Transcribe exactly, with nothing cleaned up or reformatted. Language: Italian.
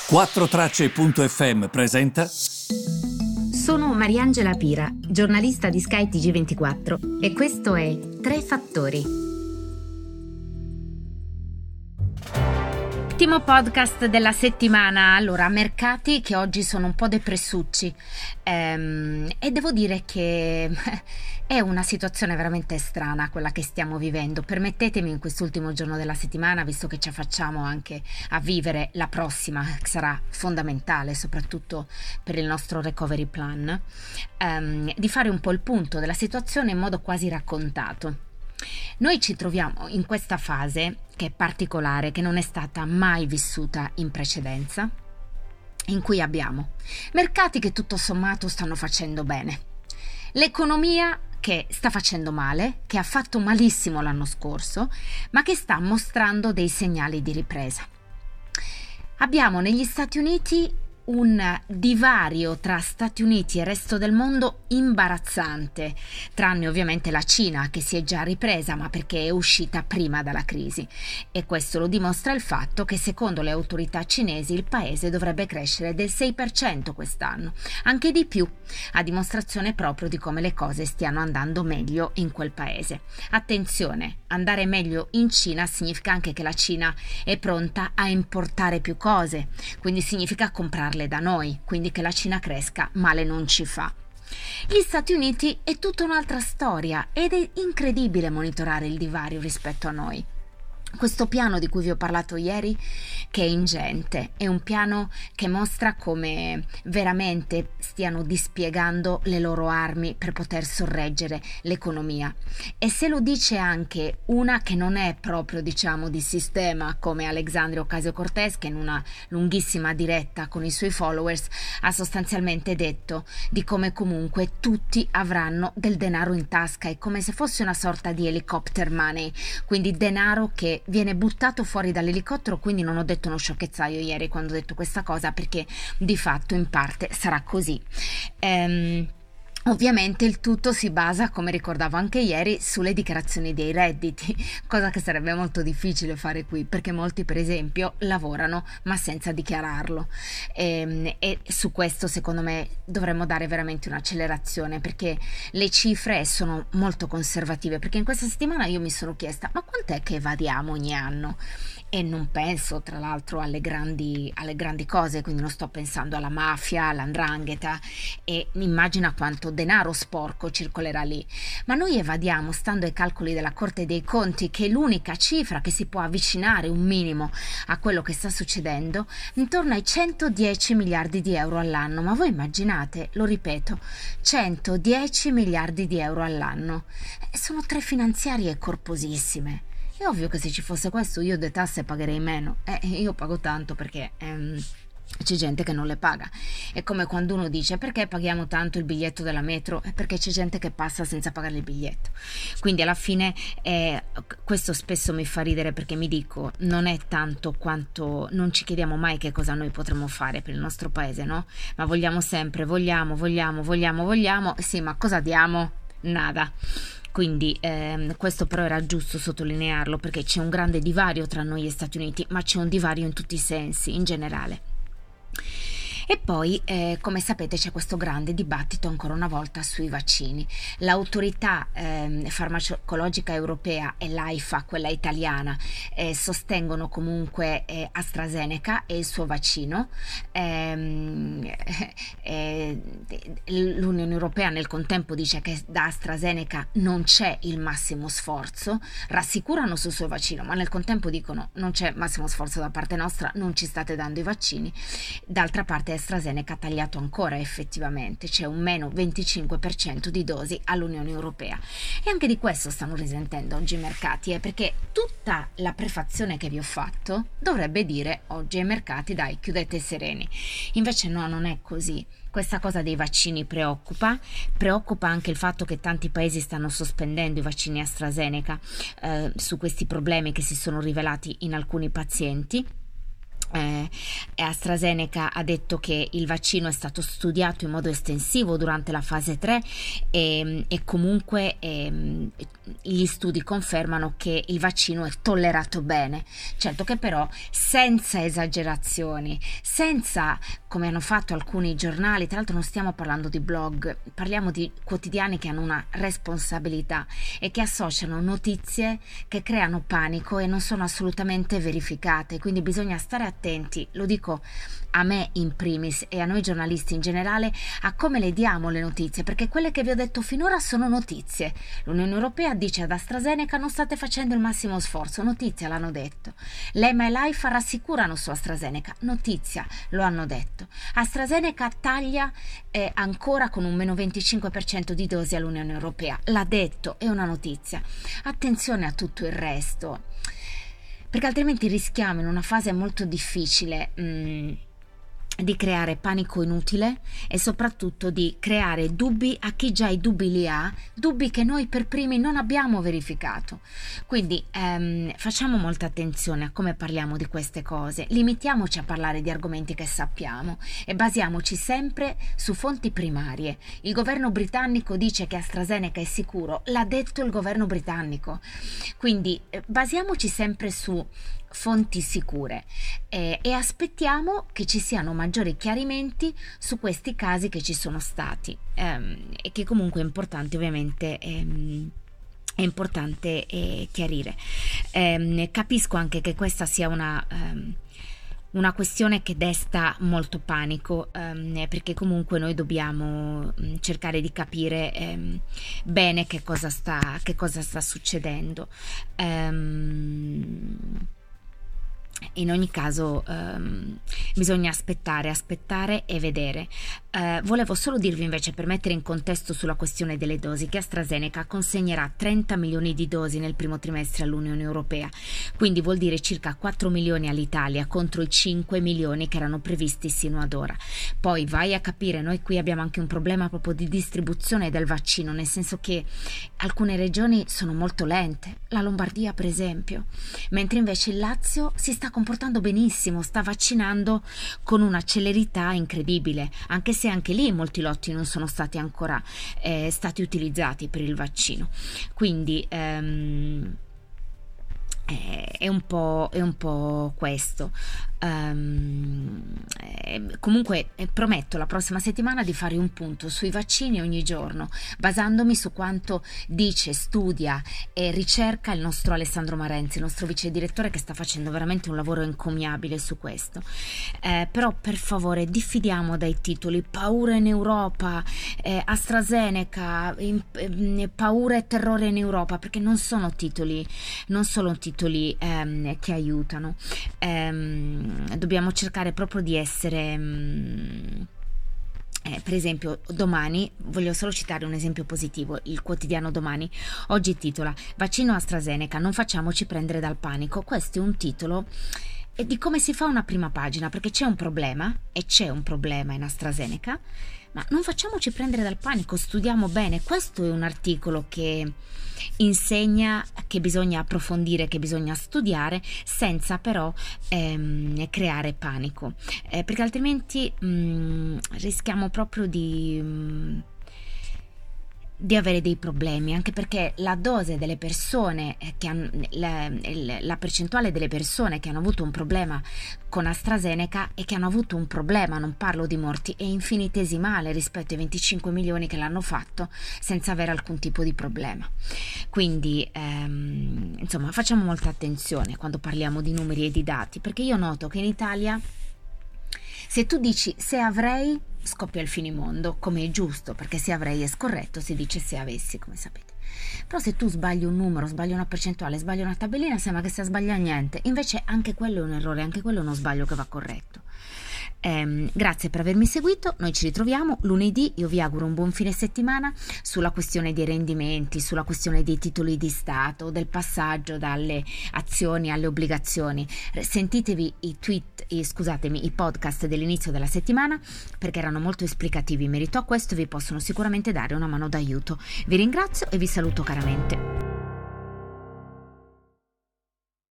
quattro tracce punto effe emme presenta. Sono Mariangela Pira, giornalista di Sky T G ventiquattro e questo è Tre Fattori. Ultimo podcast della settimana. Allora, mercati che oggi sono un po' depressucci ehm, e devo dire che è una situazione veramente strana quella che stiamo vivendo. Permettetemi in quest'ultimo giorno della settimana, visto che ci affacciamo anche a vivere la prossima, che sarà fondamentale soprattutto per il nostro recovery plan, ehm, di fare un po' il punto della situazione in modo quasi raccontato. Noi ci troviamo in questa fase che è particolare, che non è stata mai vissuta in precedenza, in cui abbiamo mercati che tutto sommato stanno facendo bene, l'economia che sta facendo male, che ha fatto malissimo l'anno scorso, ma che sta mostrando dei segnali di ripresa. Abbiamo negli Stati Uniti un divario tra Stati Uniti e resto del mondo imbarazzante, tranne ovviamente la Cina che si è già ripresa, ma perché è uscita prima dalla crisi, e questo lo dimostra il fatto che secondo le autorità cinesi il paese dovrebbe crescere del sei per cento quest'anno, anche di più, a dimostrazione proprio di come le cose stiano andando meglio in quel paese. Attenzione, andare meglio in Cina significa anche che la Cina è pronta a importare più cose, quindi significa comprare da noi, quindi che la Cina cresca male non ci fa. Gli Stati Uniti è tutta un'altra storia ed è incredibile monitorare il divario rispetto a noi. Questo piano di cui vi ho parlato ieri, che è ingente, è un piano che mostra come veramente stiano dispiegando le loro armi per poter sorreggere l'economia. E se lo dice anche una che non è proprio, diciamo, di sistema come Alexandria Ocasio-Cortez, che in una lunghissima diretta con i suoi followers ha sostanzialmente detto di come comunque tutti avranno del denaro in tasca, è come se fosse una sorta di helicopter money, quindi denaro che viene buttato fuori dall'elicottero. Quindi non ho detto uno sciocchezzaio ieri quando ho detto questa cosa, perché di fatto in parte sarà così. Ehm, Ovviamente il tutto si basa, come ricordavo anche ieri, sulle dichiarazioni dei redditi, cosa che sarebbe molto difficile fare qui, perché molti per esempio lavorano ma senza dichiararlo, e, e su questo secondo me dovremmo dare veramente un'accelerazione, perché le cifre sono molto conservative, perché in questa settimana io mi sono chiesta ma quant'è che evadiamo ogni anno? E non penso tra l'altro alle grandi, alle grandi cose, quindi non sto pensando alla mafia, all'andrangheta, e immagina quanto denaro sporco circolerà lì. Ma noi evadiamo, stando ai calcoli della Corte dei Conti, che è l'unica cifra che si può avvicinare un minimo a quello che sta succedendo, intorno ai centodieci miliardi di euro all'anno. Ma voi immaginate, lo ripeto, centodieci miliardi di euro all'anno. Sono tre finanziarie corposissime. È ovvio che se ci fosse questo io le tasse pagherei meno. Eh, io pago tanto perché ehm, c'è gente che non le paga. È come quando uno dice perché paghiamo tanto il biglietto della metro? È perché c'è gente che passa senza pagare il biglietto. Quindi alla fine eh, questo spesso mi fa ridere, perché mi dico non è tanto quanto non ci chiediamo mai che cosa noi potremmo fare per il nostro paese, no? Ma vogliamo sempre, vogliamo, vogliamo, vogliamo, vogliamo. Sì, ma cosa diamo? Nada. Quindi ehm, questo però era giusto sottolinearlo, perché c'è un grande divario tra noi e Stati Uniti, ma c'è un divario in tutti i sensi, in generale. E poi, eh, come sapete, c'è questo grande dibattito ancora una volta sui vaccini. L'autorità eh, farmacologica europea e l'AIFA, quella italiana, eh, sostengono comunque eh, AstraZeneca e il suo vaccino. Eh, eh, L'Unione Europea nel contempo dice che da AstraZeneca non c'è il massimo sforzo, rassicurano sul suo vaccino, ma nel contempo dicono non c'è massimo sforzo da parte nostra, non ci state dando i vaccini. D'altra parte AstraZeneca ha tagliato ancora, effettivamente c'è un meno venticinque per cento di dosi all'Unione Europea, e anche di questo stanno risentendo oggi i mercati, eh, perché tutta la prefazione che vi ho fatto dovrebbe dire oggi ai mercati dai, chiudete sereni, invece no, non è così. Questa cosa dei vaccini preoccupa, preoccupa anche il fatto che tanti paesi stanno sospendendo i vaccini AstraZeneca eh, su questi problemi che si sono rivelati in alcuni pazienti. Eh, AstraZeneca ha detto che il vaccino è stato studiato in modo estensivo durante la fase tre e, e comunque eh, gli studi confermano che il vaccino è tollerato bene. Certo che però senza esagerazioni, senza, come hanno fatto alcuni giornali, tra l'altro non stiamo parlando di blog, parliamo di quotidiani che hanno una responsabilità e che associano notizie che creano panico e non sono assolutamente verificate, quindi bisogna stare attenti. Attenti, lo dico a me in primis e a noi giornalisti in generale, a come le diamo le notizie, perché quelle che vi ho detto finora sono notizie. L'Unione Europea dice ad AstraZeneca: non state facendo il massimo sforzo, notizia, l'hanno detto. L'E M A e l'AIFA rassicurano su AstraZeneca, notizia, lo hanno detto. AstraZeneca taglia eh, ancora con un meno venticinque per cento di dosi all'Unione Europea, l'ha detto, è una notizia. Attenzione a tutto il resto, perché altrimenti rischiamo in una fase molto difficile mh, di creare panico inutile e soprattutto di creare dubbi a chi già i dubbi li ha, dubbi che noi per primi non abbiamo verificato. Quindi ehm, facciamo molta attenzione a come parliamo di queste cose, limitiamoci a parlare di argomenti che sappiamo e basiamoci sempre su fonti primarie. Il governo britannico dice che AstraZeneca è sicuro, l'ha detto il governo britannico, quindi eh, basiamoci sempre su fonti sicure eh, e aspettiamo che ci siano maggiori chiarimenti su questi casi che ci sono stati ehm, e che comunque è importante ovviamente ehm, è importante eh, chiarire. Eh, capisco anche che questa sia una ehm, una questione che desta molto panico ehm, perché comunque noi dobbiamo mh, cercare di capire ehm, bene che cosa sta che cosa sta succedendo. Ehm, In ogni caso um, bisogna aspettare, aspettare e vedere. Uh, volevo solo dirvi invece, per mettere in contesto sulla questione delle dosi, che AstraZeneca consegnerà trenta milioni di dosi nel primo trimestre all'Unione Europea, quindi vuol dire circa quattro milioni all'Italia contro i cinque milioni che erano previsti sino ad ora. Poi vai a capire, noi qui abbiamo anche un problema proprio di distribuzione del vaccino, nel senso che alcune regioni sono molto lente, la Lombardia per esempio, mentre invece il Lazio si sta comportando benissimo, sta vaccinando con una celerità incredibile, anche se anche lì molti lotti non sono stati ancora eh, stati utilizzati per il vaccino. Quindi ehm, è un po', è un po' questo. Um, eh, comunque eh, prometto la prossima settimana di fare un punto sui vaccini ogni giorno, basandomi su quanto dice, studia e ricerca il nostro Alessandro Marenzi, il nostro vice direttore, che sta facendo veramente un lavoro encomiabile su questo. Eh, però per favore diffidiamo dai titoli paura in Europa, eh, AstraZeneca, in, eh, paura e terrore in Europa, perché non sono titoli, non sono titoli ehm, che aiutano. Ehm, dobbiamo cercare proprio di essere mh, eh, per esempio domani, voglio solo citare un esempio positivo, il quotidiano Domani oggi titola: vaccino AstraZeneca, non facciamoci prendere dal panico. Questo è un titolo e di come si fa una prima pagina, perché c'è un problema e c'è un problema in AstraZeneca, ma non facciamoci prendere dal panico, studiamo bene. Questo è un articolo che insegna che bisogna approfondire, che bisogna studiare, senza però ehm, creare panico, eh, perché altrimenti mh, rischiamo proprio di... Mh, di avere dei problemi, anche perché la dose delle persone che hanno la, la percentuale delle persone che hanno avuto un problema con AstraZeneca e che hanno avuto un problema, non parlo di morti, è infinitesimale rispetto ai venticinque milioni che l'hanno fatto senza avere alcun tipo di problema. Quindi ehm, insomma facciamo molta attenzione quando parliamo di numeri e di dati, perché io noto che in Italia se tu dici se avrei, scoppia il finimondo, come è giusto, perché se avrei è scorretto, si dice se avessi, come sapete. Però se tu sbagli un numero, sbagli una percentuale, sbagli una tabellina, sembra che stia sbagliando niente. Invece anche quello è un errore, anche quello è uno sbaglio che va corretto. Eh, grazie per avermi seguito, noi ci ritroviamo lunedì, io vi auguro un buon fine settimana sulla questione dei rendimenti, sulla questione dei titoli di Stato, del passaggio dalle azioni alle obbligazioni. Sentitevi i tweet, i, scusatemi, i podcast dell'inizio della settimana, perché erano molto esplicativi in merito a questo e vi possono sicuramente dare una mano d'aiuto. Vi ringrazio e vi saluto caramente.